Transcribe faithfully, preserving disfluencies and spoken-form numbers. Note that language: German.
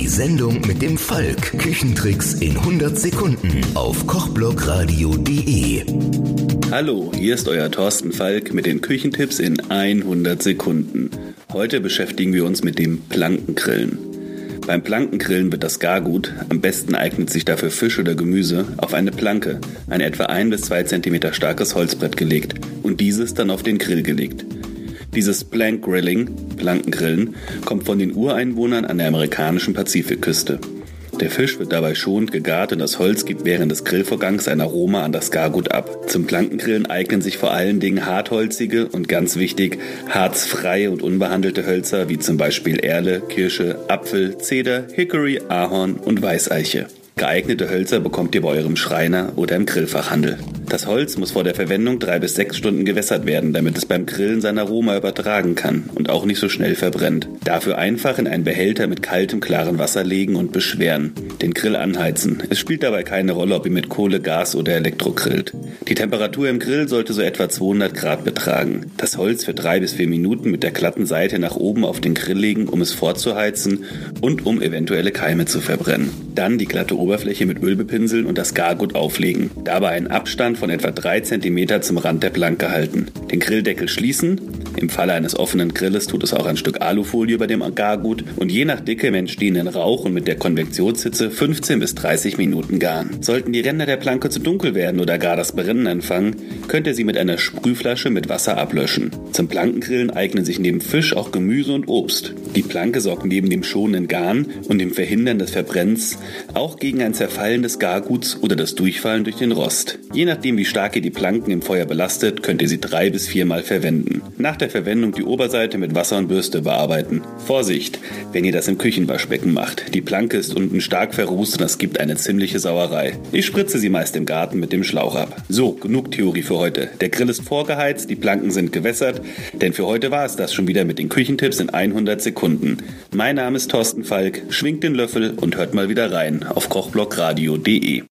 Sendung mit dem Falk. Küchentricks in hundert Sekunden auf kochblogradio punkt de. Hallo, hier ist euer Thorsten Falk mit den Küchentipps in hundert Sekunden. Heute beschäftigen wir uns mit dem Plankengrillen. Beim Plankengrillen wird das Gargut, am besten eignet sich dafür Fisch oder Gemüse, auf eine Planke, ein etwa ein bis zwei Zentimeter starkes Holzbrett gelegt und dieses dann auf den Grill gelegt. Dieses Plank Grilling, Plankengrillen, kommt von den Ureinwohnern an der amerikanischen Pazifikküste. Der Fisch wird dabei schonend gegart und das Holz gibt während des Grillvorgangs ein Aroma an das Gargut ab. Zum Plankengrillen eignen sich vor allen Dingen hartholzige und ganz wichtig, harzfreie und unbehandelte Hölzer wie zum Beispiel Erle, Kirsche, Apfel, Zeder, Hickory, Ahorn und Weißeiche. Geeignete Hölzer bekommt ihr bei eurem Schreiner oder im Grillfachhandel. Das Holz muss vor der Verwendung drei bis sechs Stunden gewässert werden, damit es beim Grillen sein Aroma übertragen kann und auch nicht so schnell verbrennt. Dafür einfach in einen Behälter mit kaltem, klarem Wasser legen und beschweren. Den Grill anheizen. Es spielt dabei keine Rolle, ob ihr mit Kohle, Gas oder Elektro grillt. Die Temperatur im Grill sollte so etwa zweihundert Grad betragen. Das Holz für drei bis vier Minuten mit der glatten Seite nach oben auf den Grill legen, um es vorzuheizen und um eventuelle Keime zu verbrennen. Dann die glatte Oberfläche mit Öl bepinseln und das Gargut auflegen. Dabei einen Abstand von etwa drei Zentimeter zum Rand der Planke halten. Den Grilldeckel schließen. Im Falle eines offenen Grilles tut es auch ein Stück Alufolie über dem Gargut und je nach Dicke im entstehenden Rauch und mit der Konvektionshitze fünfzehn bis dreißig Minuten garen. Sollten die Ränder der Planke zu dunkel werden oder gar das Brennen anfangen, könnt ihr sie mit einer Sprühflasche mit Wasser ablöschen. Zum Plankengrillen eignen sich neben Fisch auch Gemüse und Obst. Die Planke sorgt neben dem schonenden Garen und dem Verhindern des Verbrennens auch gegen ein Zerfallen des Garguts oder das Durchfallen durch den Rost. Je nachdem, wie stark ihr die Planken im Feuer belastet, könnt ihr sie drei bis viermal verwenden. Nach der Verwendung die Oberseite mit Wasser und Bürste bearbeiten. Vorsicht, wenn ihr das im Küchenwaschbecken macht. Die Planke ist unten stark verrußt und das gibt eine ziemliche Sauerei. Ich spritze sie meist im Garten mit dem Schlauch ab. So, genug Theorie für heute. Der Grill ist vorgeheizt, die Planken sind gewässert, denn für heute war es das schon wieder mit den Küchentipps in hundert Sekunden. Mein Name ist Thorsten Falk, schwingt den Löffel und hört mal wieder rein auf kochblogradio punkt de.